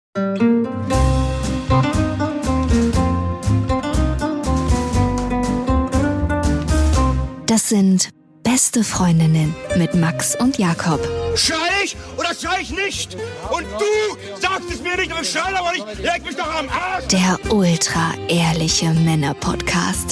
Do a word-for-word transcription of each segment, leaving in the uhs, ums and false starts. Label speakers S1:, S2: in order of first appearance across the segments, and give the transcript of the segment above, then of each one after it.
S1: Das sind Beste Freundinnen mit Max und Jakob.
S2: Schrei ich oder schrei ich nicht? Und du sagst es mir nicht, aber ich schrei aber nicht. Leg mich doch am Arsch.
S1: Der ultra-ehrliche Männer-Podcast.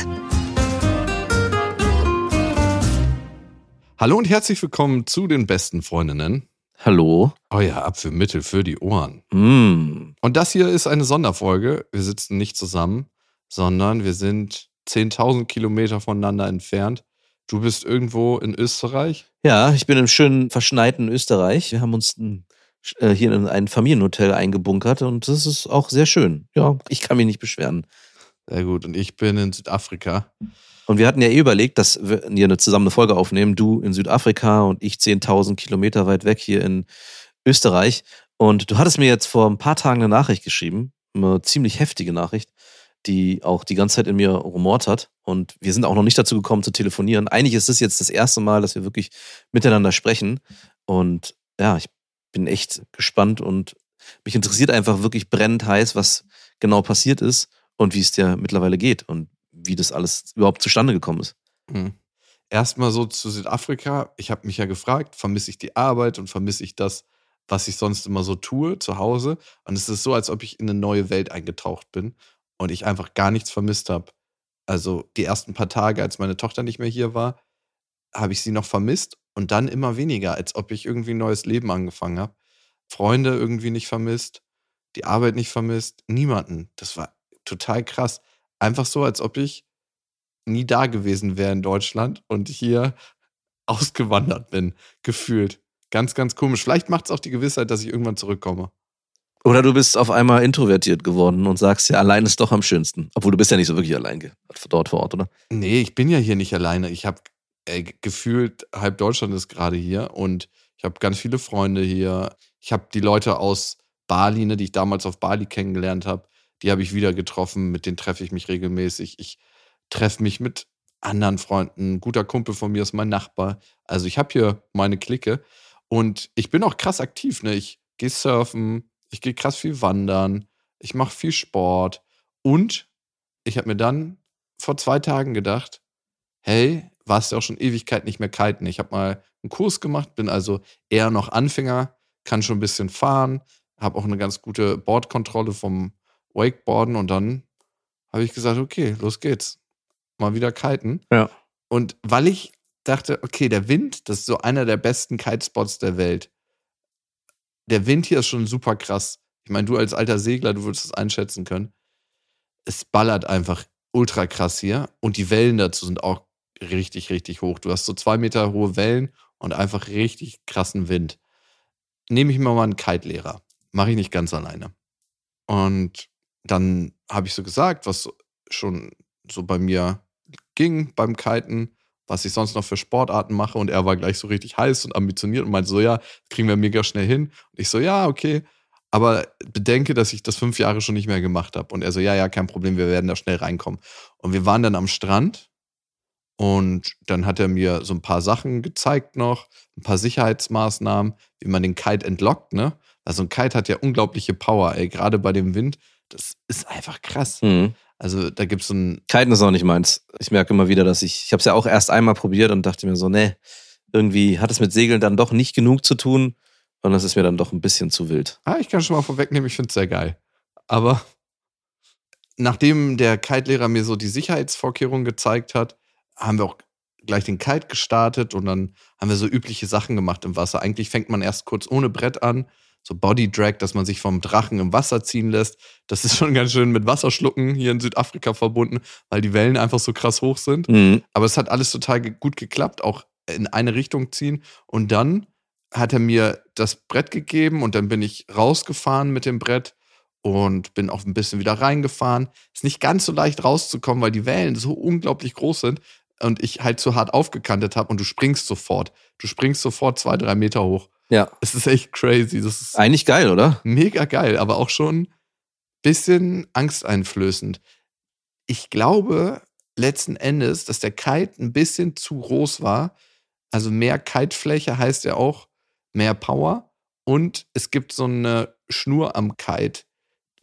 S3: Hallo und herzlich willkommen zu den Besten Freundinnen.
S4: Hallo.
S3: Euer Apfelmittel für die Ohren.
S4: Mm.
S3: Und das hier ist eine Sonderfolge. Wir sitzen nicht zusammen, sondern wir sind zehntausend Kilometer voneinander entfernt. Du bist irgendwo in Österreich?
S4: Ja, ich bin im schönen, verschneiten Österreich. Wir haben uns ein, äh, hier in ein Familienhotel eingebunkert und das ist auch sehr schön. Ja, ich kann mich nicht beschweren.
S3: Sehr gut. Und ich bin in Südafrika.
S4: Und wir hatten ja eh überlegt, dass wir hier eine zusammen eine Folge aufnehmen. Du in Südafrika und ich zehntausend Kilometer weit weg hier in Österreich. Und du hattest mir jetzt vor ein paar Tagen eine Nachricht geschrieben, eine ziemlich heftige Nachricht, die auch die ganze Zeit in mir rumort hat. Und wir sind auch noch nicht dazu gekommen zu telefonieren. Eigentlich ist es jetzt das erste Mal, dass wir wirklich miteinander sprechen. Und ja, ich bin echt gespannt und mich interessiert einfach wirklich brennend heiß, was genau passiert ist und wie es dir mittlerweile geht und wie das alles überhaupt zustande gekommen ist.
S3: Hm. Erstmal so zu Südafrika. Ich habe mich ja gefragt, vermisse ich die Arbeit und vermisse ich das, was ich sonst immer so tue zu Hause? Und es ist so, als ob ich in eine neue Welt eingetaucht bin und ich einfach gar nichts vermisst habe. Also die ersten paar Tage, als meine Tochter nicht mehr hier war, habe ich sie noch vermisst und dann immer weniger, als ob ich irgendwie ein neues Leben angefangen habe. Freunde irgendwie nicht vermisst, die Arbeit nicht vermisst, niemanden. Das war total krass. Einfach so, als ob ich nie da gewesen wäre in Deutschland und hier ausgewandert bin, gefühlt. Ganz, ganz komisch. Vielleicht macht es auch die Gewissheit, dass ich irgendwann zurückkomme.
S4: Oder du bist auf einmal introvertiert geworden und sagst, ja, allein ist doch am schönsten. Obwohl du bist ja nicht so wirklich allein ge- dort vor Ort, oder?
S3: Nee, ich bin ja hier nicht alleine. Ich habe äh, gefühlt, halb Deutschland ist gerade hier und ich habe ganz viele Freunde hier. Ich habe die Leute aus Bali, ne, die ich damals auf Bali kennengelernt habe, die habe ich wieder getroffen, mit denen treffe ich mich regelmäßig. Ich treffe mich mit anderen Freunden. Ein guter Kumpel von mir ist mein Nachbar. Also ich habe hier meine Clique und ich bin auch krass aktiv. Ne? Ich gehe surfen, ich gehe krass viel wandern, ich mache viel Sport und ich habe mir dann vor zwei Tagen gedacht, hey, warst du auch schon Ewigkeit nicht mehr kiten. Ich habe mal einen Kurs gemacht, bin also eher noch Anfänger, kann schon ein bisschen fahren, habe auch eine ganz gute Bordkontrolle vom Wakeboarden und dann habe ich gesagt, okay, los geht's. Mal wieder kiten.
S4: Ja.
S3: Und weil ich dachte, okay, der Wind, das ist so einer der besten Kitespots der Welt. Der Wind hier ist schon super krass. Ich meine, du als alter Segler, du würdest es einschätzen können. Es ballert einfach ultra krass hier und die Wellen dazu sind auch richtig, richtig hoch. Du hast so zwei Meter hohe Wellen und einfach richtig krassen Wind. Nehme ich mir mal einen Kite-Lehrer. Mache ich nicht ganz alleine. Und dann habe ich so gesagt, was schon so bei mir ging beim Kiten, was ich sonst noch für Sportarten mache. Und er war gleich so richtig heiß und ambitioniert und meinte so, ja, kriegen wir mega schnell hin. Und ich so, ja, okay. Aber bedenke, dass ich das fünf Jahre schon nicht mehr gemacht habe. Und er so, ja, ja, kein Problem, wir werden da schnell reinkommen. Und wir waren dann am Strand und dann hat er mir so ein paar Sachen gezeigt noch, ein paar Sicherheitsmaßnahmen, wie man den Kite entlockt, ne? Also ein Kite hat ja unglaubliche Power, ey, gerade bei dem Wind. Das ist einfach krass.
S4: Mhm.
S3: Also da gibt's so ein...
S4: Kiten ist auch nicht meins. Ich merke immer wieder, dass ich, ich habe es ja auch erst einmal probiert und dachte mir so, nee, irgendwie hat es mit Segeln dann doch nicht genug zu tun und das ist mir dann doch ein bisschen zu wild.
S3: Ah, ich kann schon mal vorwegnehmen, ich finde es sehr geil. Aber nachdem der Kite-Lehrer mir so die Sicherheitsvorkehrungen gezeigt hat, haben wir auch gleich den Kite gestartet und dann haben wir so übliche Sachen gemacht im Wasser. Eigentlich fängt man erst kurz ohne Brett an, so Body Drag, dass man sich vom Drachen im Wasser ziehen lässt. Das ist schon ganz schön mit Wasserschlucken hier in Südafrika verbunden, weil die Wellen einfach so krass hoch sind.
S4: Mhm.
S3: Aber es hat alles total ge- gut geklappt, auch in eine Richtung ziehen. Und dann hat er mir das Brett gegeben und dann bin ich rausgefahren mit dem Brett und bin auch ein bisschen wieder reingefahren. Ist nicht ganz so leicht rauszukommen, weil die Wellen so unglaublich groß sind und ich halt zu hart aufgekantet habe und du springst sofort. Du springst sofort zwei, drei Meter hoch.
S4: Ja.
S3: Es ist echt crazy. Das ist
S4: Eigentlich geil, oder?
S3: mega geil, aber auch schon ein bisschen angsteinflößend. Ich glaube letzten Endes, dass der Kite ein bisschen zu groß war. Also mehr Kitefläche heißt ja auch mehr Power. Und es gibt so eine Schnur am Kite,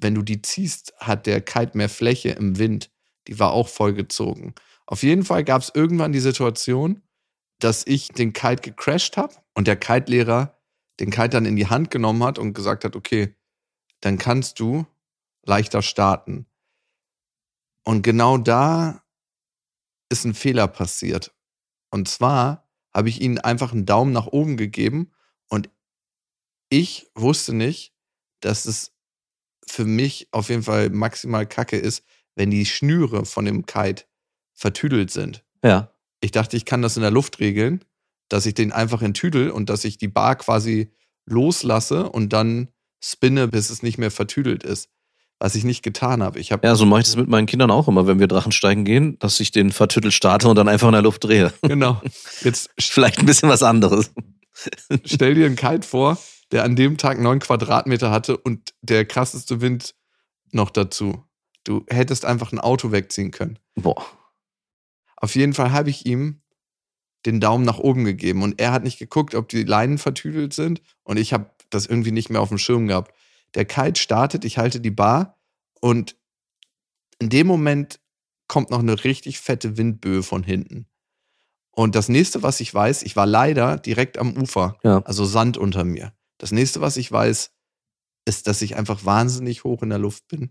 S3: wenn du die ziehst, hat der Kite mehr Fläche im Wind. Die war auch vollgezogen. Auf jeden Fall gab es irgendwann die Situation, dass ich den Kite gecrashed habe und der Kite-Lehrer den Kite dann in die Hand genommen hat und gesagt hat, okay, dann kannst du leichter starten. Und genau da ist ein Fehler passiert. Und zwar habe ich ihnen einfach einen Daumen nach oben gegeben und ich wusste nicht, dass es für mich auf jeden Fall maximal kacke ist, wenn die Schnüre von dem Kite vertüdelt sind.
S4: Ja.
S3: Ich dachte, ich kann das in der Luft regeln, dass ich den einfach enttüdel und dass ich die Bar quasi loslasse und dann spinne, bis es nicht mehr vertüdelt ist. Was ich nicht getan habe. Ich hab
S4: ja, so mache ich das mit meinen Kindern auch immer, wenn wir Drachensteigen gehen, dass ich den vertüttelt starte und dann einfach in der Luft drehe.
S3: Genau. Jetzt
S4: vielleicht ein bisschen was anderes.
S3: Stell dir einen Kite vor, der an dem Tag neun Quadratmeter hatte und der krasseste Wind noch dazu. Du hättest einfach ein Auto wegziehen können.
S4: Boah.
S3: Auf jeden Fall habe ich ihm den Daumen nach oben gegeben und er hat nicht geguckt, ob die Leinen vertüdelt sind und ich habe das irgendwie nicht mehr auf dem Schirm gehabt. Der Kite startet, ich halte die Bar und in dem Moment kommt noch eine richtig fette Windböe von hinten. Und das nächste, was ich weiß, ich war leider direkt am Ufer,
S4: ja.
S3: Also Sand unter mir. Das nächste, was ich weiß, ist, dass ich einfach wahnsinnig hoch in der Luft bin.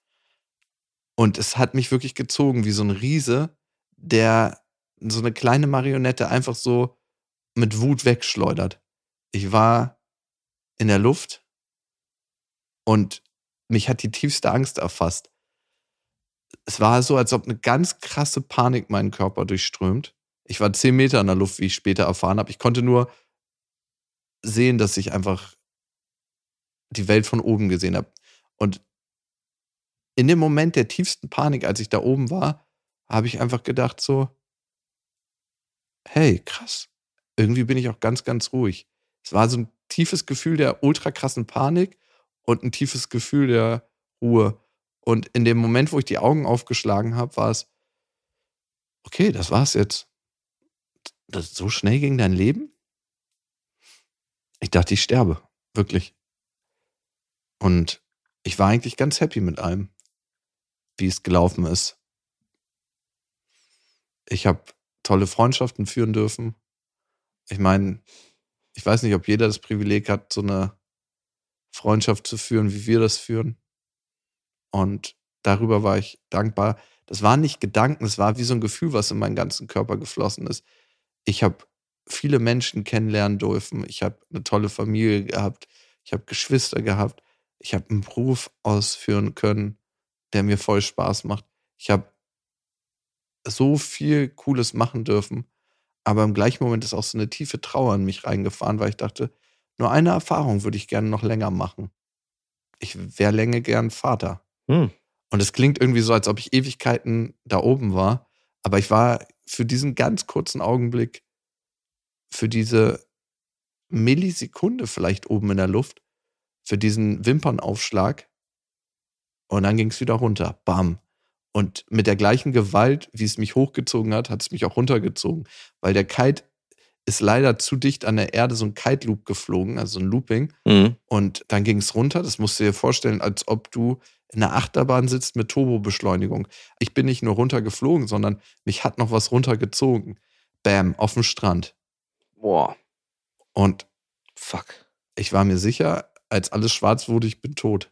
S3: Und es hat mich wirklich gezogen wie so ein Riese, der so eine kleine Marionette einfach so mit Wut wegschleudert. Ich war in der Luft und mich hat die tiefste Angst erfasst. Es war so, als ob eine ganz krasse Panik meinen Körper durchströmt. Ich war zehn Meter in der Luft, wie ich später erfahren habe. Ich konnte nur sehen, dass ich einfach die Welt von oben gesehen habe. Und in dem Moment der tiefsten Panik, als ich da oben war, habe ich einfach gedacht so, hey, krass, irgendwie bin ich auch ganz, ganz ruhig. Es war so ein tiefes Gefühl der ultra krassen Panik und ein tiefes Gefühl der Ruhe. Und in dem Moment, wo ich die Augen aufgeschlagen habe, war es, okay, das war's jetzt. Das, so schnell ging dein Leben? Ich dachte, ich sterbe. Wirklich. Und ich war eigentlich ganz happy mit allem, wie es gelaufen ist. Ich habe tolle Freundschaften führen dürfen. Ich meine, ich weiß nicht, ob jeder das Privileg hat, so eine Freundschaft zu führen, wie wir das führen. Und darüber war ich dankbar. Das waren nicht Gedanken, es war wie so ein Gefühl, was in meinen ganzen Körper geflossen ist. Ich habe viele Menschen kennenlernen dürfen. Ich habe eine tolle Familie gehabt. Ich habe Geschwister gehabt. Ich habe einen Beruf ausführen können, der mir voll Spaß macht. Ich habe so viel Cooles machen dürfen. Aber im gleichen Moment ist auch so eine tiefe Trauer in mich reingefahren, weil ich dachte, nur eine Erfahrung würde ich gerne noch länger machen. Ich wäre länger gern Vater.
S4: Hm.
S3: Und es klingt irgendwie so, als ob ich Ewigkeiten da oben war. Aber ich war für diesen ganz kurzen Augenblick, für diese Millisekunde vielleicht oben in der Luft, für diesen Wimpernaufschlag. Und dann ging es wieder runter. Bam. Und mit der gleichen Gewalt, wie es mich hochgezogen hat, hat es mich auch runtergezogen. Weil der Kite ist leider zu dicht an der Erde, so ein Kite-Loop geflogen, also ein Looping.
S4: Mhm.
S3: Und dann ging es runter. Das musst du dir vorstellen, als ob du in einer Achterbahn sitzt mit Turbobeschleunigung. Ich bin nicht nur runtergeflogen, sondern mich hat noch was runtergezogen. Bam, auf dem Strand.
S4: Boah.
S3: Und
S4: fuck.
S3: Ich war mir sicher, als alles schwarz wurde, ich bin tot.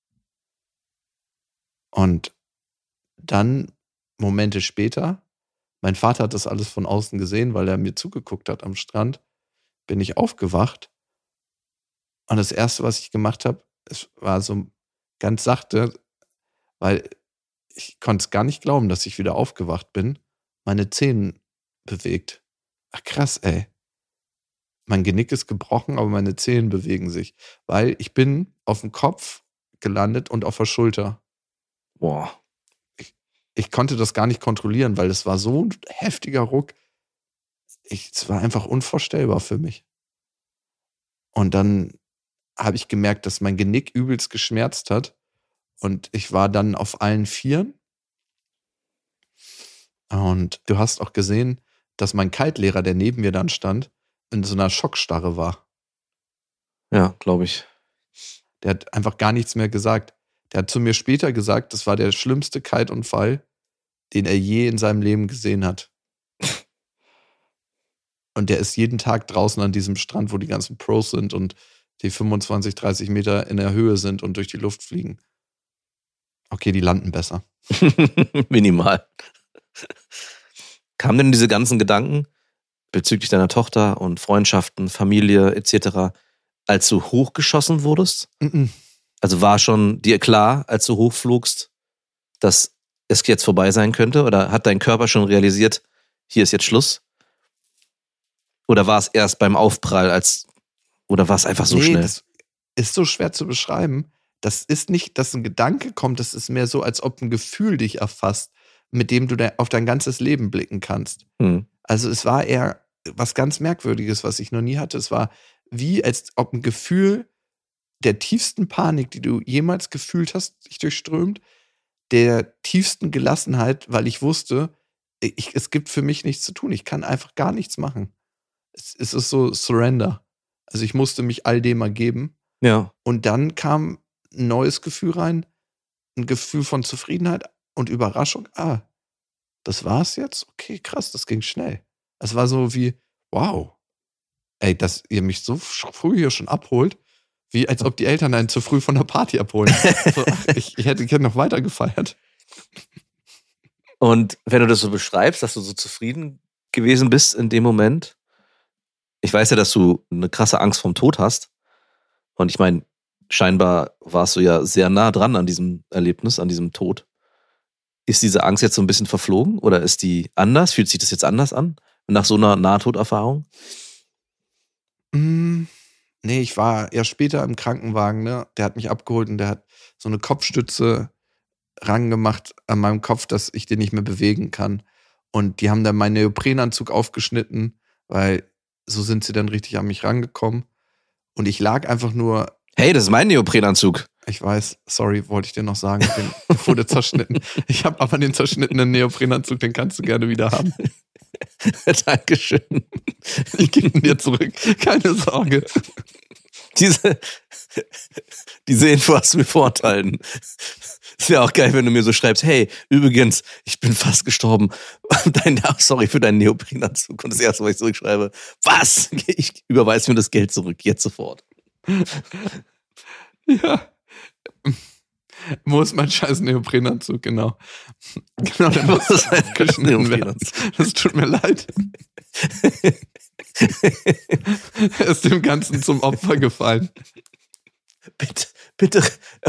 S3: Und dann, Momente später, mein Vater hat das alles von außen gesehen, weil er mir zugeguckt hat am Strand, bin ich aufgewacht. Und das Erste, was ich gemacht habe, es war so ganz sachte, weil ich konnte es gar nicht glauben, dass ich wieder aufgewacht bin, meine Zähne bewegt. Ach krass, ey. Mein Genick ist gebrochen, aber meine Zähne bewegen sich. Weil ich bin auf dem Kopf gelandet und auf der Schulter.
S4: Boah.
S3: Ich, ich konnte das gar nicht kontrollieren, weil es war so ein heftiger Ruck. Es war einfach unvorstellbar für mich. Und dann habe ich gemerkt, dass mein Genick übelst geschmerzt hat. Und ich war dann auf allen Vieren. Und du hast auch gesehen, dass mein Kite-Lehrer, der neben mir dann stand, in so einer Schockstarre war.
S4: Ja, glaube ich.
S3: Der hat einfach gar nichts mehr gesagt. Der hat zu mir später gesagt, das war der schlimmste Kite-Unfall, den er je in seinem Leben gesehen hat. Und der ist jeden Tag draußen an diesem Strand, wo die ganzen Pros sind und die fünfundzwanzig, dreißig Meter in der Höhe sind und durch die Luft fliegen. Okay, die landen besser.
S4: Minimal. Kamen denn diese ganzen Gedanken bezüglich deiner Tochter und Freundschaften, Familie et cetera, als du hochgeschossen wurdest?
S3: Mm-mm.
S4: Also war schon dir klar, als du hochflugst, dass es jetzt vorbei sein könnte? Oder hat dein Körper schon realisiert, hier ist jetzt Schluss? Oder war es erst beim Aufprall, als oder war es einfach so
S3: nee,
S4: schnell?
S3: Das ist so schwer zu beschreiben. Das ist nicht, dass ein Gedanke kommt, das ist mehr so, als ob ein Gefühl dich erfasst, mit dem du de- auf dein ganzes Leben blicken kannst.
S4: Hm.
S3: Also es war eher was ganz Merkwürdiges, was ich noch nie hatte. Es war wie, als ob ein Gefühl der tiefsten Panik, die du jemals gefühlt hast, dich durchströmt, der tiefsten Gelassenheit, weil ich wusste, ich, es gibt für mich nichts zu tun. Ich kann einfach gar nichts machen. Es, es ist so Surrender. Also ich musste mich all dem ergeben.
S4: Ja.
S3: Und dann kam ein neues Gefühl rein, ein Gefühl von Zufriedenheit und Überraschung. Ah, das war's jetzt? Okay, krass, das ging schnell. Es war so wie, wow, ey, dass ihr mich so früh hier schon abholt, wie als ob die Eltern einen zu früh von der Party abholen. So, ach, ich, ich hätte gerne noch weiter gefeiert.
S4: Und wenn du das so beschreibst, dass du so zufrieden gewesen bist in dem Moment, ich weiß ja, dass du eine krasse Angst vorm Tod hast. Und ich meine, scheinbar warst du ja sehr nah dran an diesem Erlebnis, an diesem Tod. Ist diese Angst jetzt so ein bisschen verflogen oder ist die anders? Fühlt sich das jetzt anders an nach so einer Nahtoderfahrung?
S3: Mm, nee, ich war ja später im Krankenwagen, ne? Der hat mich abgeholt und der hat so eine Kopfstütze rangemacht an meinem Kopf, dass ich den nicht mehr bewegen kann. Und die haben dann meinen Neoprenanzug aufgeschnitten, weil so sind sie dann richtig an mich rangekommen. Und ich lag einfach nur.
S4: Hey, das ist mein Neoprenanzug.
S3: Ich weiß, sorry, wollte ich dir noch sagen. Den wurde zerschnitten. Ich habe aber den zerschnittenen Neoprenanzug, den kannst du gerne wieder haben.
S4: Dankeschön.
S3: Ich gebe ihn dir zurück. Keine Sorge.
S4: Diese, diese Info hast du mir vorenthalten. Es wäre auch geil, wenn du mir so schreibst, hey, übrigens, ich bin fast gestorben. Dein, sorry für deinen Neoprenanzug. Und das erste, was ich zurückschreibe, was? Ich überweise mir das Geld zurück, jetzt sofort.
S3: Ja. Wo ist mein scheiß Neoprenanzug, genau. Genau, der muss aufgeschnitten werden. Das tut mir leid. Er ist dem Ganzen zum Opfer gefallen.
S4: Bitte, bitte.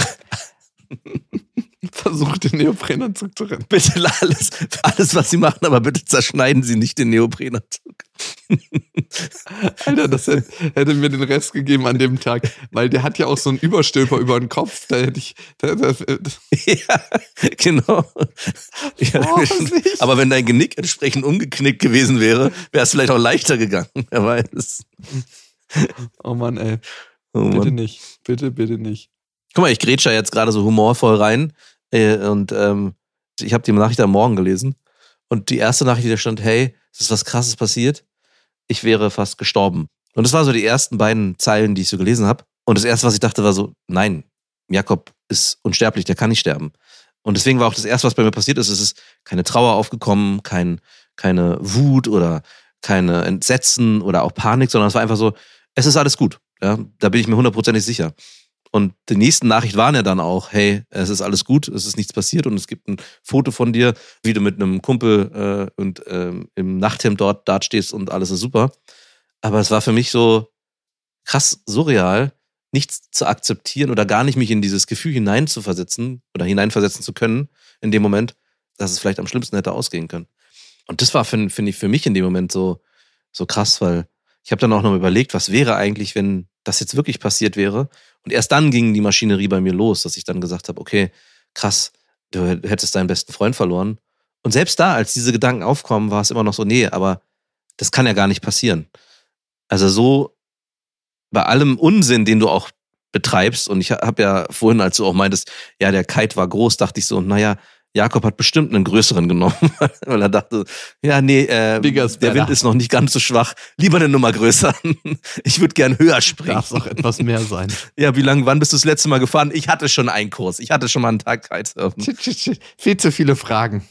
S3: Versucht den Neoprenanzug zu retten.
S4: Bitte alles, alles, was Sie machen, aber bitte zerschneiden Sie nicht den Neoprenanzug.
S3: Alter, das hätte, hätte mir den Rest gegeben an dem Tag, weil der hat ja auch so einen Überstülper über den Kopf. Da hätte ich. Da, da,
S4: ja, genau. Ja,
S3: oh,
S4: aber wenn dein Genick entsprechend umgeknickt gewesen wäre, wäre es vielleicht auch leichter gegangen. Wer weiß.
S3: Oh Mann, ey.
S4: Oh Mann.
S3: Bitte nicht. Bitte, bitte nicht.
S4: Guck mal, ich grätsche ja jetzt gerade so humorvoll rein äh, und ähm, ich habe die Nachricht am Morgen gelesen und die erste Nachricht, die da stand, hey, es ist was Krasses passiert, ich wäre fast gestorben. Und das waren so die ersten beiden Zeilen, die ich so gelesen habe. Und das erste, was ich dachte, war so, nein, Jakob ist unsterblich, der kann nicht sterben. Und deswegen war auch das erste, was bei mir passiert ist, es ist keine Trauer aufgekommen, kein, keine Wut oder keine Entsetzen oder auch Panik, sondern es war einfach so, es ist alles gut. Ja, da bin ich mir hundertprozentig sicher. Und die nächsten Nachrichten waren ja dann auch, hey, es ist alles gut, es ist nichts passiert und es gibt ein Foto von dir, wie du mit einem Kumpel äh, und ähm, im Nachthemd dort dort stehst und alles ist super. Aber es war für mich so krass surreal, nichts zu akzeptieren oder gar nicht mich in dieses Gefühl hineinzuversetzen oder hineinversetzen zu können in dem Moment, dass es vielleicht am schlimmsten hätte ausgehen können. Und das war, finde ich, für mich in dem Moment so, so krass, weil ich habe dann auch noch überlegt, was wäre eigentlich, wenn das jetzt wirklich passiert wäre. Und erst dann ging die Maschinerie bei mir los, dass ich dann gesagt habe, okay, krass, du hättest deinen besten Freund verloren. Und selbst da, als diese Gedanken aufkommen, war es immer noch so, nee, aber das kann ja gar nicht passieren. Also so bei allem Unsinn, den du auch betreibst, und ich habe ja vorhin, als du auch meintest, ja, der Kite war groß, dachte ich so, naja, Jakob hat bestimmt einen größeren genommen, weil er dachte, ja, nee, äh, der Wind ist noch nicht ganz so schwach. Lieber eine Nummer größer. Ich würde gern höher springen.
S3: Darf auch etwas mehr sein.
S4: Ja, wie lange, wann bist du das letzte Mal gefahren? Ich hatte schon einen Kurs. Ich hatte schon mal einen Tag Kitesurfen.
S3: Shit, shit, shit. Viel zu viele Fragen.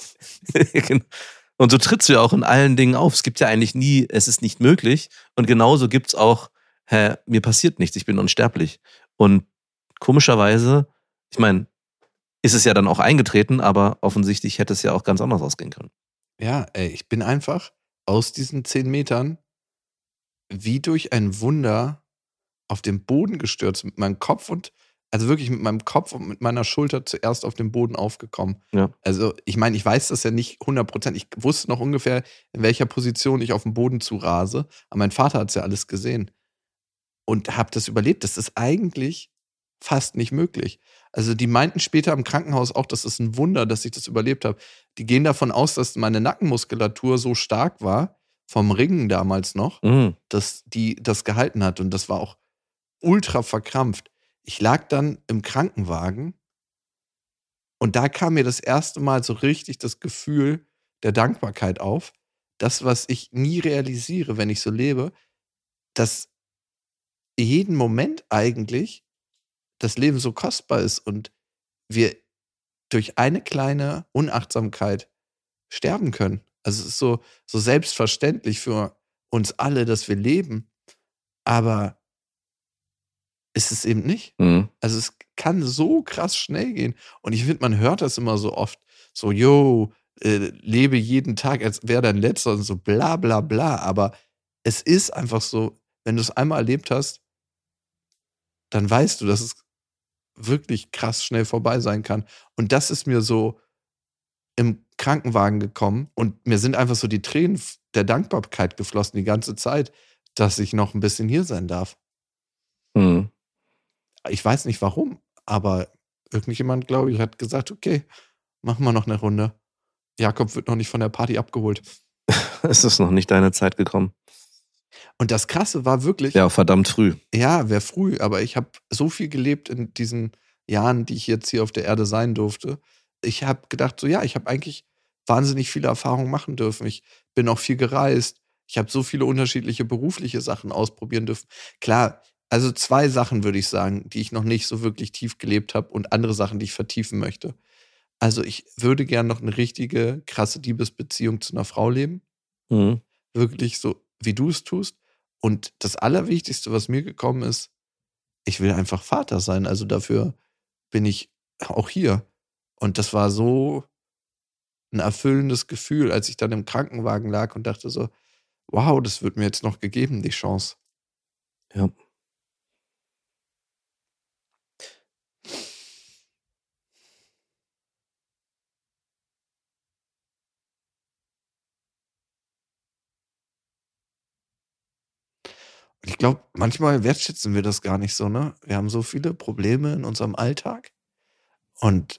S4: Und so trittst du ja auch in allen Dingen auf. Es gibt ja eigentlich nie, es ist nicht möglich. Und genauso gibt's auch, hä, mir passiert nichts, ich bin unsterblich. Und komischerweise, ich meine, ist es ja dann auch eingetreten, aber offensichtlich hätte es ja auch ganz anders ausgehen können.
S3: Ja, ey, ich bin einfach aus diesen zehn Metern wie durch ein Wunder auf den Boden gestürzt, mit meinem Kopf und, also wirklich mit meinem Kopf und mit meiner Schulter zuerst auf den Boden aufgekommen.
S4: Ja.
S3: Also ich meine, ich weiß das ja nicht hundert Prozent. Ich wusste noch ungefähr, in welcher Position ich auf dem Boden zurase, aber mein Vater hat es ja alles gesehen und habe das überlebt. Das ist eigentlich fast nicht möglich. Also die meinten später im Krankenhaus auch, das ist ein Wunder, dass ich das überlebt habe. Die gehen davon aus, dass meine Nackenmuskulatur so stark war, vom Ringen damals noch,
S4: Mhm.
S3: dass die das gehalten hat. Und das war auch ultra verkrampft. Ich lag dann im Krankenwagen und da kam mir das erste Mal so richtig das Gefühl der Dankbarkeit auf. Das, was ich nie realisiere, wenn ich so lebe, dass jeden Moment eigentlich das Leben so kostbar ist und wir durch eine kleine Unachtsamkeit sterben können. Also es ist so, so selbstverständlich für uns alle, dass wir leben, aber ist es eben nicht.
S4: Mhm.
S3: Also es kann so krass schnell gehen. Und ich finde, man hört das immer so oft, so, yo, äh, lebe jeden Tag, als wäre dein letzter und so bla bla bla. Aber es ist einfach so, wenn du es einmal erlebt hast, dann weißt du, dass es wirklich krass schnell vorbei sein kann. Und das ist mir so im Krankenwagen gekommen und mir sind einfach so die Tränen der Dankbarkeit geflossen die ganze Zeit, dass ich noch ein bisschen hier sein darf.
S4: Mhm.
S3: Ich weiß nicht warum, aber irgendjemand, glaube ich, hat gesagt, okay, machen wir noch eine Runde. Jakob wird noch nicht von der Party abgeholt.
S4: Es ist noch nicht deine Zeit gekommen.
S3: Und das Krasse war wirklich,
S4: Ja, verdammt früh.
S3: ja, wäre früh, aber ich habe so viel gelebt in diesen Jahren, die ich jetzt hier auf der Erde sein durfte. Ich habe gedacht, so ja, ich habe eigentlich wahnsinnig viele Erfahrungen machen dürfen. Ich bin auch viel gereist. Ich habe so viele unterschiedliche berufliche Sachen ausprobieren dürfen. Klar, also zwei Sachen würde ich sagen, die ich noch nicht so wirklich tief gelebt habe und andere Sachen, die ich vertiefen möchte. Also ich würde gern noch eine richtige, krasse Liebesbeziehung zu einer Frau leben.
S4: Mhm.
S3: Wirklich so, wie du es tust. Und das Allerwichtigste, was mir gekommen ist, ich will einfach Vater sein. Also dafür bin ich auch hier. Und das war so ein erfüllendes Gefühl, als ich dann im Krankenwagen lag und dachte so, wow, das wird mir jetzt noch gegeben, die Chance.
S4: Ja.
S3: Und ich glaube, manchmal wertschätzen wir das gar nicht so, ne? Wir haben so viele Probleme in unserem Alltag und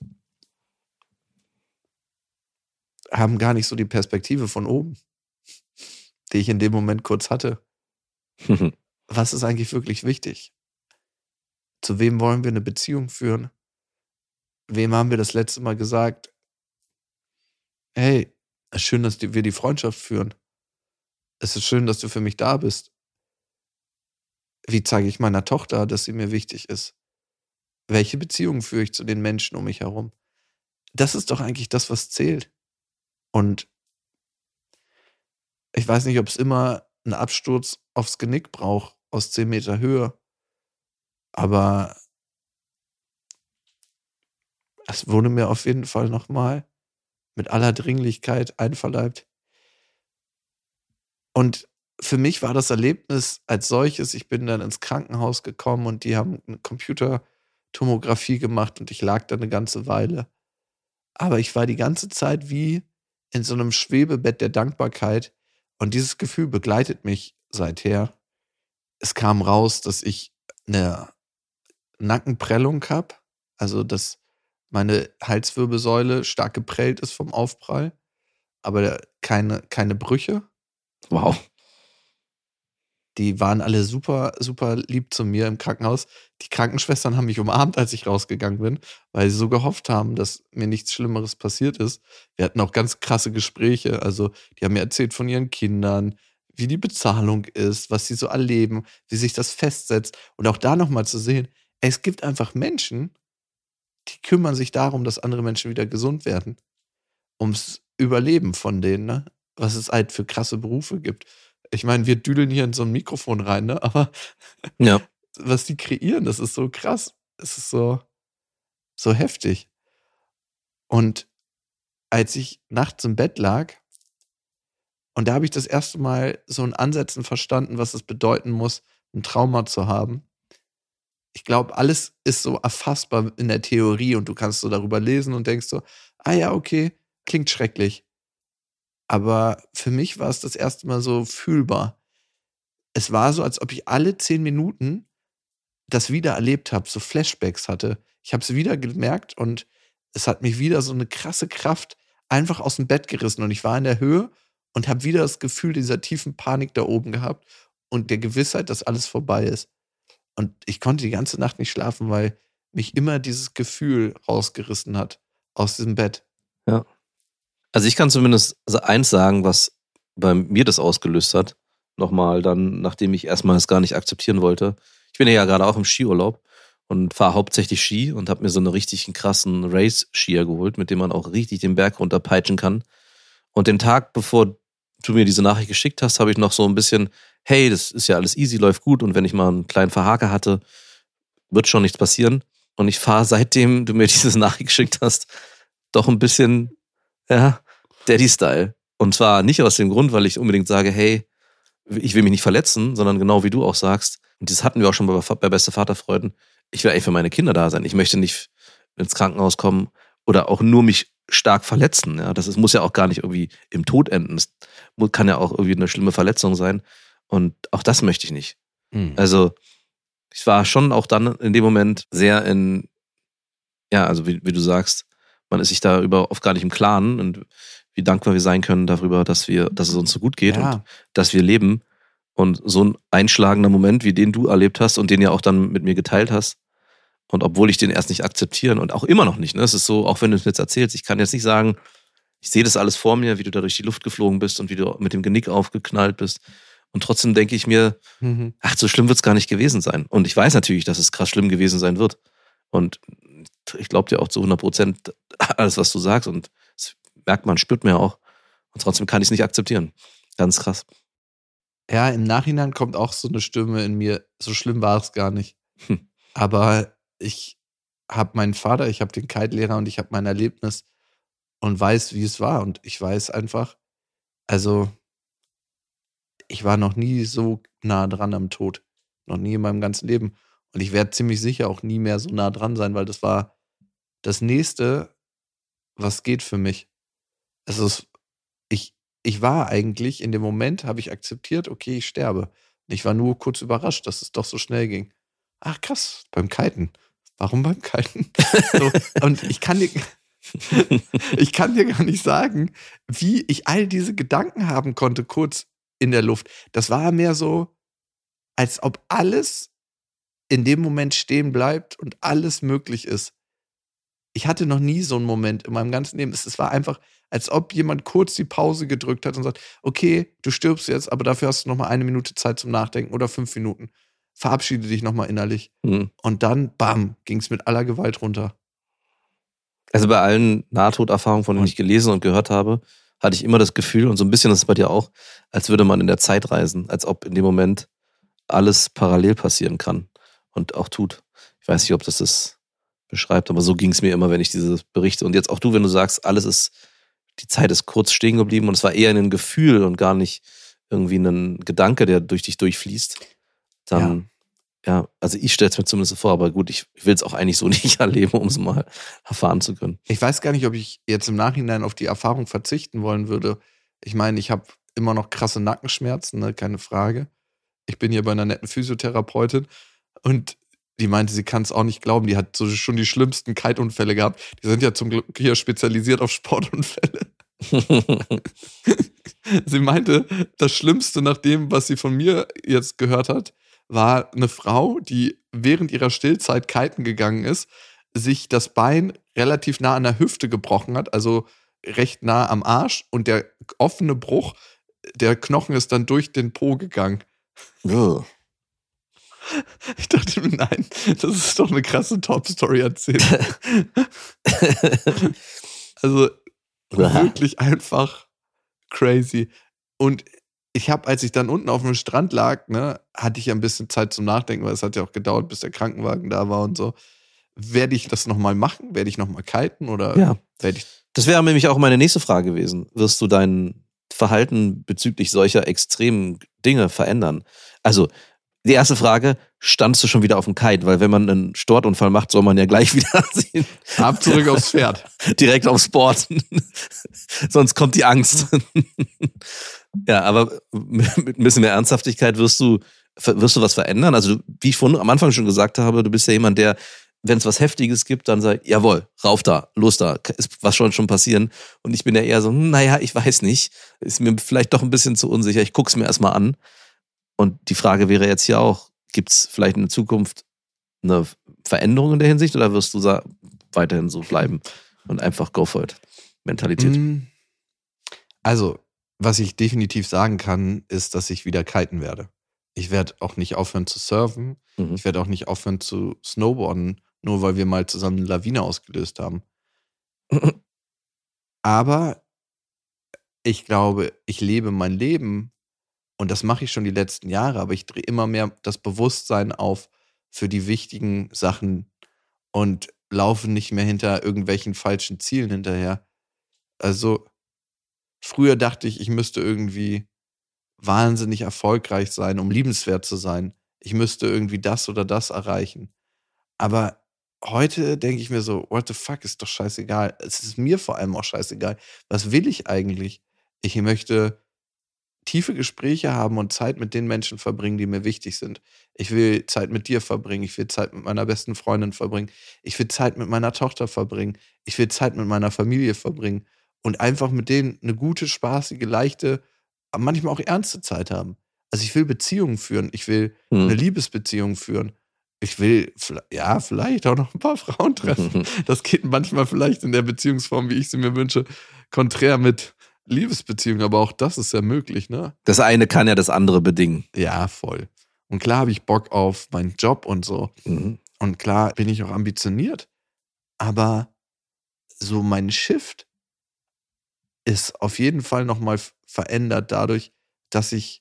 S3: haben gar nicht so die Perspektive von oben, die ich in dem Moment kurz hatte. Was ist eigentlich wirklich wichtig? Zu wem wollen wir eine Beziehung führen? Wem haben wir das letzte Mal gesagt, hey, es ist schön, dass wir die Freundschaft führen. Es ist schön, dass du für mich da bist. Wie zeige ich meiner Tochter, dass sie mir wichtig ist? Welche Beziehung führe ich zu den Menschen um mich herum? Das ist doch eigentlich das, was zählt. Und ich weiß nicht, ob es immer einen Absturz aufs Genick braucht, aus zehn Meter Höhe. Aber es wurde mir auf jeden Fall nochmal mit aller Dringlichkeit einverleibt. Und für mich war das Erlebnis als solches, ich bin dann ins Krankenhaus gekommen und die haben eine Computertomographie gemacht und ich lag da eine ganze Weile. Aber ich war die ganze Zeit wie in so einem Schwebebett der Dankbarkeit und dieses Gefühl begleitet mich seither. Es kam raus, dass ich eine Nackenprellung habe, also dass meine Halswirbelsäule stark geprellt ist vom Aufprall, aber keine, keine Brüche.
S4: Wow.
S3: die waren alle super, super lieb zu mir im Krankenhaus. Die Krankenschwestern haben mich umarmt, als ich rausgegangen bin, weil sie so gehofft haben, dass mir nichts Schlimmeres passiert ist. Wir hatten auch ganz krasse Gespräche. Also, die haben mir erzählt von ihren Kindern, wie die Bezahlung ist, was sie so erleben, wie sich das festsetzt. Und auch da nochmal zu sehen, es gibt einfach Menschen, die kümmern sich darum, dass andere Menschen wieder gesund werden. Ums Überleben von denen, ne? Was es halt für krasse Berufe gibt. Ich meine, wir düdeln hier in so ein Mikrofon rein, ne? Aber
S4: Ja.
S3: was die kreieren, das ist so krass. Es ist so, so heftig. Und als ich nachts im Bett lag, und da habe ich das erste Mal so in Ansätzen verstanden, was es bedeuten muss, ein Trauma zu haben. Ich glaube, alles ist so erfassbar in der Theorie und du kannst so darüber lesen und denkst so, ah ja, okay, klingt schrecklich. Aber für mich war es das erste Mal so fühlbar. Es war so, als ob ich alle zehn Minuten das wieder erlebt habe, so Flashbacks hatte. Ich habe es wieder gemerkt und es hat mich wieder so eine krasse Kraft einfach aus dem Bett gerissen. Und ich war in der Höhe und habe wieder das Gefühl dieser tiefen Panik da oben gehabt und der Gewissheit, dass alles vorbei ist. Und ich konnte die ganze Nacht nicht schlafen, weil mich immer dieses Gefühl rausgerissen hat aus diesem Bett.
S4: Ja. Also ich kann zumindest eins sagen, was bei mir das ausgelöst hat. Nochmal dann, nachdem ich erstmal es gar nicht akzeptieren wollte. Ich bin ja gerade auch im Skiurlaub und fahre hauptsächlich Ski und habe mir so einen richtigen krassen Race-Skier geholt, mit dem man auch richtig den Berg runterpeitschen kann. Und den Tag, bevor du mir diese Nachricht geschickt hast, habe ich noch so ein bisschen, hey, das ist ja alles easy, läuft gut und wenn ich mal einen kleinen Verhaker hatte, wird schon nichts passieren. Und ich fahre, seitdem du mir diese Nachricht geschickt hast, doch ein bisschen, ja, Daddy-Style. Und zwar nicht aus dem Grund, weil ich unbedingt sage, hey, ich will mich nicht verletzen, sondern genau wie du auch sagst, und das hatten wir auch schon bei, bei Beste Vaterfreuden, ich will eigentlich für meine Kinder da sein. Ich möchte nicht ins Krankenhaus kommen oder auch nur mich stark verletzen. Ja, das ist, muss ja auch gar nicht irgendwie im Tod enden. Es kann ja auch irgendwie eine schlimme Verletzung sein. Und auch das möchte ich nicht.
S3: Mhm.
S4: Also ich war schon auch dann in dem Moment sehr in, ja, also wie, wie du sagst, man ist sich da über oft gar nicht im Klaren und wie dankbar wir sein können darüber, dass wir, dass es uns so gut geht
S3: Ja.
S4: und dass wir leben. Und so ein einschlagender Moment, wie den du erlebt hast und den ja auch dann mit mir geteilt hast. Und obwohl ich den erst nicht akzeptieren und auch immer noch nicht, ne, es ist so, auch wenn du es jetzt erzählst, ich kann jetzt nicht sagen, ich sehe das alles vor mir, wie du da durch die Luft geflogen bist und wie du mit dem Genick aufgeknallt bist. Und trotzdem denke ich mir,
S3: Mhm.
S4: ach, so schlimm wird es gar nicht gewesen sein. Und ich weiß natürlich, dass es krass schlimm gewesen sein wird. Und ich glaube dir auch zu hundert Prozent alles, was du sagst. Und das merkt man, spürt man ja auch. Und trotzdem kann ich es nicht akzeptieren. Ganz krass.
S3: Ja, im Nachhinein kommt auch so eine Stimme in mir, so schlimm war es gar nicht.
S4: Hm.
S3: Aber ich habe meinen Vater, ich habe den Kite-Lehrer und ich habe mein Erlebnis und weiß, wie es war. Und ich weiß einfach, also ich war noch nie so nah dran am Tod. Noch nie in meinem ganzen Leben. Und ich werde ziemlich sicher auch nie mehr so nah dran sein, weil das war das Nächste, was geht für mich. Also es, ich, ich war eigentlich, in dem Moment habe ich akzeptiert, okay, ich sterbe. Und ich war nur kurz überrascht, dass es doch so schnell ging. Ach krass, beim Kiten. Warum beim Kiten? So, und ich kann dir, ich kann dir gar nicht sagen, wie ich all diese Gedanken haben konnte, kurz in der Luft. Das war mehr so, als ob alles in dem Moment stehen bleibt und alles möglich ist. Ich hatte noch nie so einen Moment in meinem ganzen Leben. Es, es war einfach, als ob jemand kurz die Pause gedrückt hat und sagt, okay, du stirbst jetzt, aber dafür hast du noch mal eine Minute Zeit zum Nachdenken oder fünf Minuten. Verabschiede dich noch mal innerlich.
S4: Mhm.
S3: Und dann, bam, ging es mit aller Gewalt runter.
S4: Also bei allen Nahtoderfahrungen, von denen
S3: Und-
S4: ich gelesen und gehört habe, hatte ich immer das Gefühl, und so ein bisschen das ist bei dir auch, als würde man in der Zeit reisen, als ob in dem Moment alles parallel passieren kann und auch tut. Ich weiß nicht, ob das das beschreibt, aber so ging es mir immer, wenn ich diese berichte. Und jetzt auch du, wenn du sagst, alles ist, die Zeit ist kurz stehen geblieben und es war eher ein Gefühl und gar nicht irgendwie ein Gedanke, der durch dich durchfließt, dann, ja, also ich stelle es mir zumindest so vor, aber gut, ich will es auch eigentlich so nicht erleben, um es mal erfahren zu können.
S3: Ich weiß gar nicht, ob ich jetzt im Nachhinein auf die Erfahrung verzichten wollen würde. Ich meine, ich habe immer noch krasse Nackenschmerzen, ne? Keine Frage. Ich bin hier bei einer netten Physiotherapeutin und die meinte, sie kann es auch nicht glauben. Die hat so schon die schlimmsten Kite-Unfälle gehabt. Die sind ja zum Glück hier spezialisiert auf Sportunfälle. Sie meinte, das Schlimmste nach dem, was sie von mir jetzt gehört hat, war eine Frau, die während ihrer Stillzeit kiten gegangen ist, sich das Bein relativ nah an der Hüfte gebrochen hat, also recht nah am Arsch, und der offene Bruch, der Knochen ist dann durch den Po gegangen.
S4: Oh.
S3: Ich dachte mir, nein, das ist doch eine krasse Top-Story erzählt. Also wirklich einfach crazy. Und ich habe, als ich dann unten auf dem Strand lag, ne, hatte ich ja ein bisschen Zeit zum Nachdenken, weil es hat ja auch gedauert, bis der Krankenwagen da war und so. Werde ich das nochmal machen? Werde ich nochmal kiten? Oder
S4: Ja.
S3: werde ich.
S4: Das wäre nämlich auch meine nächste Frage gewesen. Wirst du dein Verhalten bezüglich solcher extremen Dinge verändern? Also, die erste Frage, standst du schon wieder auf dem Kite? Weil wenn man einen Sportunfall macht, soll man ja gleich wieder sehen.
S3: Ab zurück aufs Pferd.
S4: Direkt aufs Board. Sonst kommt die Angst. Ja, aber mit ein bisschen mehr Ernsthaftigkeit wirst du, wirst du was verändern? Also, wie ich vorhin am Anfang schon gesagt habe, du bist ja jemand, der, wenn es was Heftiges gibt, dann sagt, jawohl, rauf da, los da, ist was schon schon passieren. Und ich bin ja eher so, hm, naja, ich weiß nicht, ist mir vielleicht doch ein bisschen zu unsicher, ich guck's mir erstmal an. Und die Frage wäre jetzt hier auch, gibt's vielleicht in der Zukunft eine Veränderung in der Hinsicht oder wirst du sa- weiterhin so bleiben und einfach go for it Mentalität?
S3: Also, was ich definitiv sagen kann, ist, dass ich wieder kiten werde. Ich werde auch nicht aufhören zu surfen.
S4: Mhm.
S3: Ich werde auch nicht aufhören zu snowboarden, nur weil wir mal zusammen eine Lawine ausgelöst haben. Aber ich glaube, ich lebe mein Leben und das mache ich schon die letzten Jahre, aber ich drehe immer mehr das Bewusstsein auf für die wichtigen Sachen und laufe nicht mehr hinter irgendwelchen falschen Zielen hinterher. Also früher dachte ich, ich müsste irgendwie wahnsinnig erfolgreich sein, um liebenswert zu sein. Ich müsste irgendwie das oder das erreichen. Aber heute denke ich mir so, what the fuck, ist doch scheißegal. Es ist mir vor allem auch scheißegal. Was will ich eigentlich? Ich möchte tiefe Gespräche haben und Zeit mit den Menschen verbringen, die mir wichtig sind. Ich will Zeit mit dir verbringen. Ich will Zeit mit meiner besten Freundin verbringen. Ich will Zeit mit meiner Tochter verbringen. Ich will Zeit mit meiner Familie verbringen. Und einfach mit denen eine gute, spaßige, leichte, aber manchmal auch ernste Zeit haben. Also ich will Beziehungen führen. Ich will
S4: Hm.
S3: eine Liebesbeziehung führen. Ich will, ja, vielleicht auch noch ein paar Frauen treffen. Das geht manchmal vielleicht in der Beziehungsform, wie ich sie mir wünsche, konträr mit Liebesbeziehungen. Aber auch das ist ja möglich, ne?
S4: Das eine kann ja das andere bedingen.
S3: Ja, voll. Und klar habe ich Bock auf meinen Job und so.
S4: Mhm.
S3: Und klar bin ich auch ambitioniert. Aber so mein Shift ist auf jeden Fall nochmal verändert dadurch, dass ich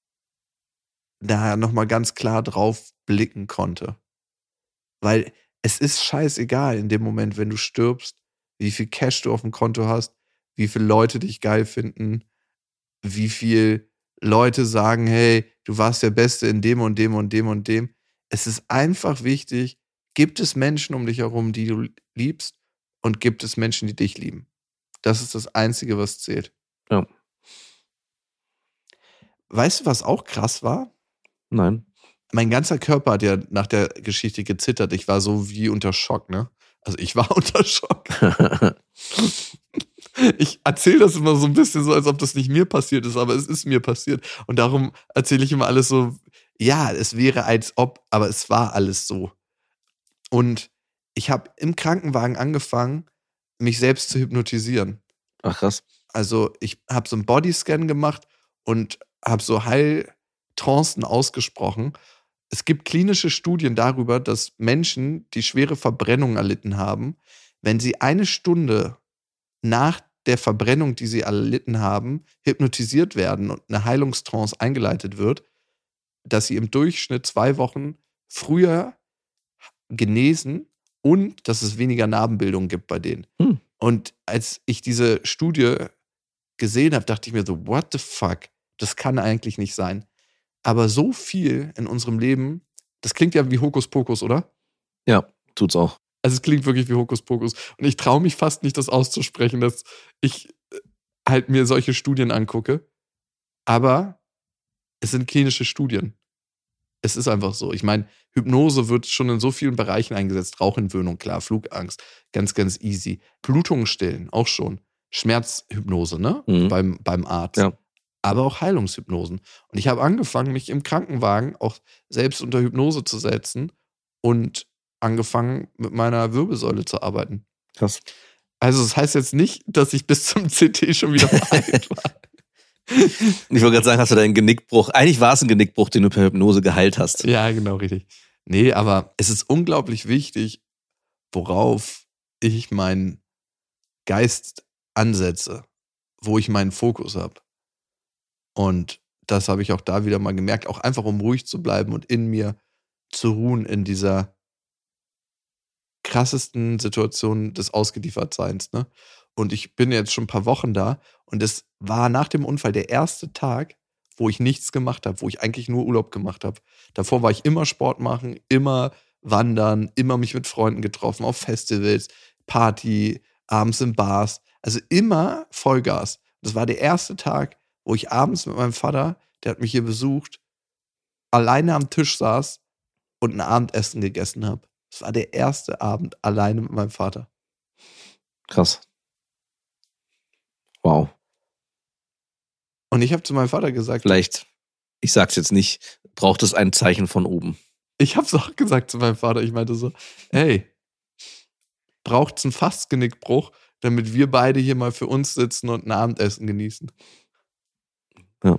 S3: da nochmal ganz klar drauf blicken konnte. Weil es ist scheißegal in dem Moment, wenn du stirbst, wie viel Cash du auf dem Konto hast, wie viele Leute dich geil finden, wie viel Leute sagen, hey, du warst der Beste in dem und dem und dem und dem. Es ist einfach wichtig, gibt es Menschen um dich herum, die du liebst, und gibt es Menschen, die dich lieben. Das ist das Einzige, was zählt.
S4: Ja.
S3: Weißt du, was auch krass war?
S4: Nein.
S3: Mein ganzer Körper hat ja nach der Geschichte gezittert. Ich war so wie unter Schock, ne? Also ich war unter Schock. Ich erzähle das immer so ein bisschen so, als ob das nicht mir passiert ist, aber es ist mir passiert. Und darum erzähle ich immer alles so, ja, es wäre als ob, aber es war alles so. Und ich habe im Krankenwagen angefangen, mich selbst zu hypnotisieren.
S4: Ach krass.
S3: Also ich habe so einen Bodyscan gemacht und habe so Heiltrancen ausgesprochen. Es gibt klinische Studien darüber, dass Menschen, die schwere Verbrennungen erlitten haben, wenn sie eine Stunde nach der Verbrennung, die sie erlitten haben, hypnotisiert werden und eine Heilungstrance eingeleitet wird, dass sie im Durchschnitt zwei Wochen früher genesen und dass es weniger Narbenbildung gibt bei denen.
S4: Hm.
S3: Und als ich diese Studie gesehen habe, dachte ich mir so, what the fuck? Das kann eigentlich nicht sein. Aber so viel in unserem Leben, das klingt ja wie Hokuspokus, oder?
S4: Ja, tut's auch.
S3: Also es klingt wirklich wie Hokuspokus. Und ich traue mich fast nicht, das auszusprechen, dass ich halt mir solche Studien angucke. Aber es sind klinische Studien. Es ist einfach so. Ich meine, Hypnose wird schon in so vielen Bereichen eingesetzt. Rauchentwöhnung, klar, Flugangst, ganz, ganz easy. Blutungen stillen, auch schon. Schmerzhypnose, ne?
S4: Mhm.
S3: Beim, beim Arzt.
S4: Ja.
S3: Aber auch Heilungshypnosen. Und ich habe angefangen, mich im Krankenwagen auch selbst unter Hypnose zu setzen und angefangen, mit meiner Wirbelsäule zu arbeiten.
S4: Krass.
S3: Also das heißt jetzt nicht, dass ich bis zum C T schon wieder verheilt war.
S4: Ich wollte gerade sagen, hast du deinen Genickbruch, eigentlich war es ein Genickbruch, den du per Hypnose geheilt hast.
S3: Ja, genau, richtig. Nee, aber es ist unglaublich wichtig, worauf ich meinen Geist ansetze, wo ich meinen Fokus habe. Und das habe ich auch da wieder mal gemerkt, auch einfach um ruhig zu bleiben und in mir zu ruhen in dieser krassesten Situation des Ausgeliefertseins, ne? Und ich bin jetzt schon ein paar Wochen da und es war nach dem Unfall der erste Tag, wo ich nichts gemacht habe, wo ich eigentlich nur Urlaub gemacht habe. Davor war ich immer Sport machen, immer wandern, immer mich mit Freunden getroffen, auf Festivals, Party, abends in Bars, also immer Vollgas. Das war der erste Tag, wo ich abends mit meinem Vater, der hat mich hier besucht, alleine am Tisch saß und ein Abendessen gegessen habe. Das war der erste Abend alleine mit meinem Vater.
S4: Krass. Wow.
S3: Und ich habe zu meinem Vater gesagt,
S4: Vielleicht, ich sag's jetzt nicht, braucht es ein Zeichen von oben.
S3: ich habe es auch gesagt zu meinem Vater, ich meinte so, hey, braucht es einen Fastgenickbruch, damit wir beide hier mal für uns sitzen und ein Abendessen genießen.
S4: Ja.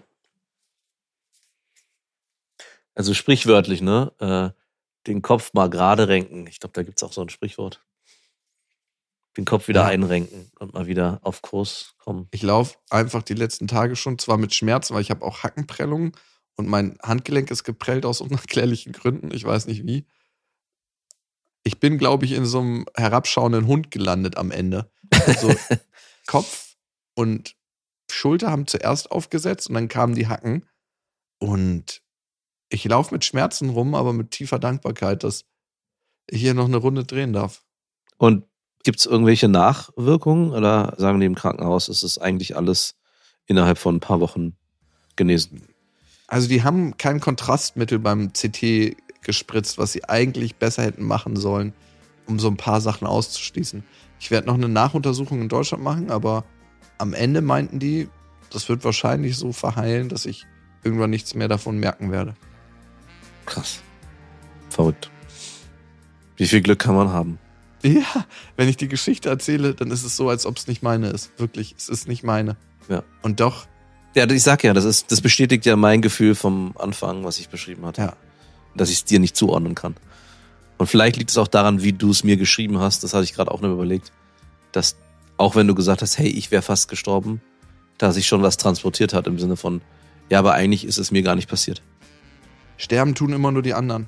S4: Also sprichwörtlich, ne? Äh, den Kopf mal gerade renken. Ich glaube, da gibt's auch so ein Sprichwort. Den Kopf wieder
S3: Ja.
S4: einrenken und mal wieder auf Kurs kommen.
S3: Ich laufe einfach die letzten Tage schon, zwar mit Schmerzen, weil ich habe auch Hackenprellungen und mein Handgelenk ist geprellt aus unerklärlichen Gründen. Ich weiß nicht wie. Ich bin, glaube ich, in so einem herabschauenden Hund gelandet am Ende. Also Kopf und Schulter haben zuerst aufgesetzt und dann kamen die Hacken. Und ich laufe mit Schmerzen rum, aber mit tiefer Dankbarkeit, dass ich hier noch eine Runde drehen darf.
S4: Und gibt's irgendwelche Nachwirkungen oder sagen die im Krankenhaus, ist es eigentlich alles innerhalb von ein paar Wochen genesen?
S3: Also die haben kein Kontrastmittel beim C T gespritzt, was sie eigentlich besser hätten machen sollen, um so ein paar Sachen auszuschließen. Ich werde noch eine Nachuntersuchung in Deutschland machen, aber am Ende meinten die, das wird wahrscheinlich so verheilen, dass ich irgendwann nichts mehr davon merken werde.
S4: Krass. Verrückt. Wie viel Glück kann man haben?
S3: Ja, wenn ich die Geschichte erzähle, dann ist es so, als ob es nicht meine ist. Wirklich, es ist nicht meine.
S4: Ja.
S3: Und doch,
S4: Ja, ich sag ja, das ist, das bestätigt ja mein Gefühl vom Anfang, was ich beschrieben hatte.
S3: ja,
S4: Dass ich es dir nicht zuordnen kann. Und vielleicht liegt es auch daran, wie du es mir geschrieben hast, das hatte ich gerade auch noch überlegt, dass auch wenn du gesagt hast, hey, ich wäre fast gestorben, dass sich schon was transportiert hat im Sinne von, ja, aber eigentlich ist es mir gar nicht passiert.
S3: sterben tun immer nur die anderen.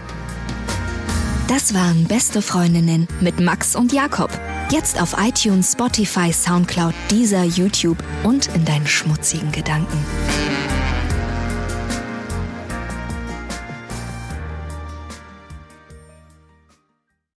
S1: Das waren Beste Freundinnen mit Max und Jakob. Jetzt auf iTunes, Spotify, Soundcloud, Deezer, YouTube und in deinen schmutzigen Gedanken.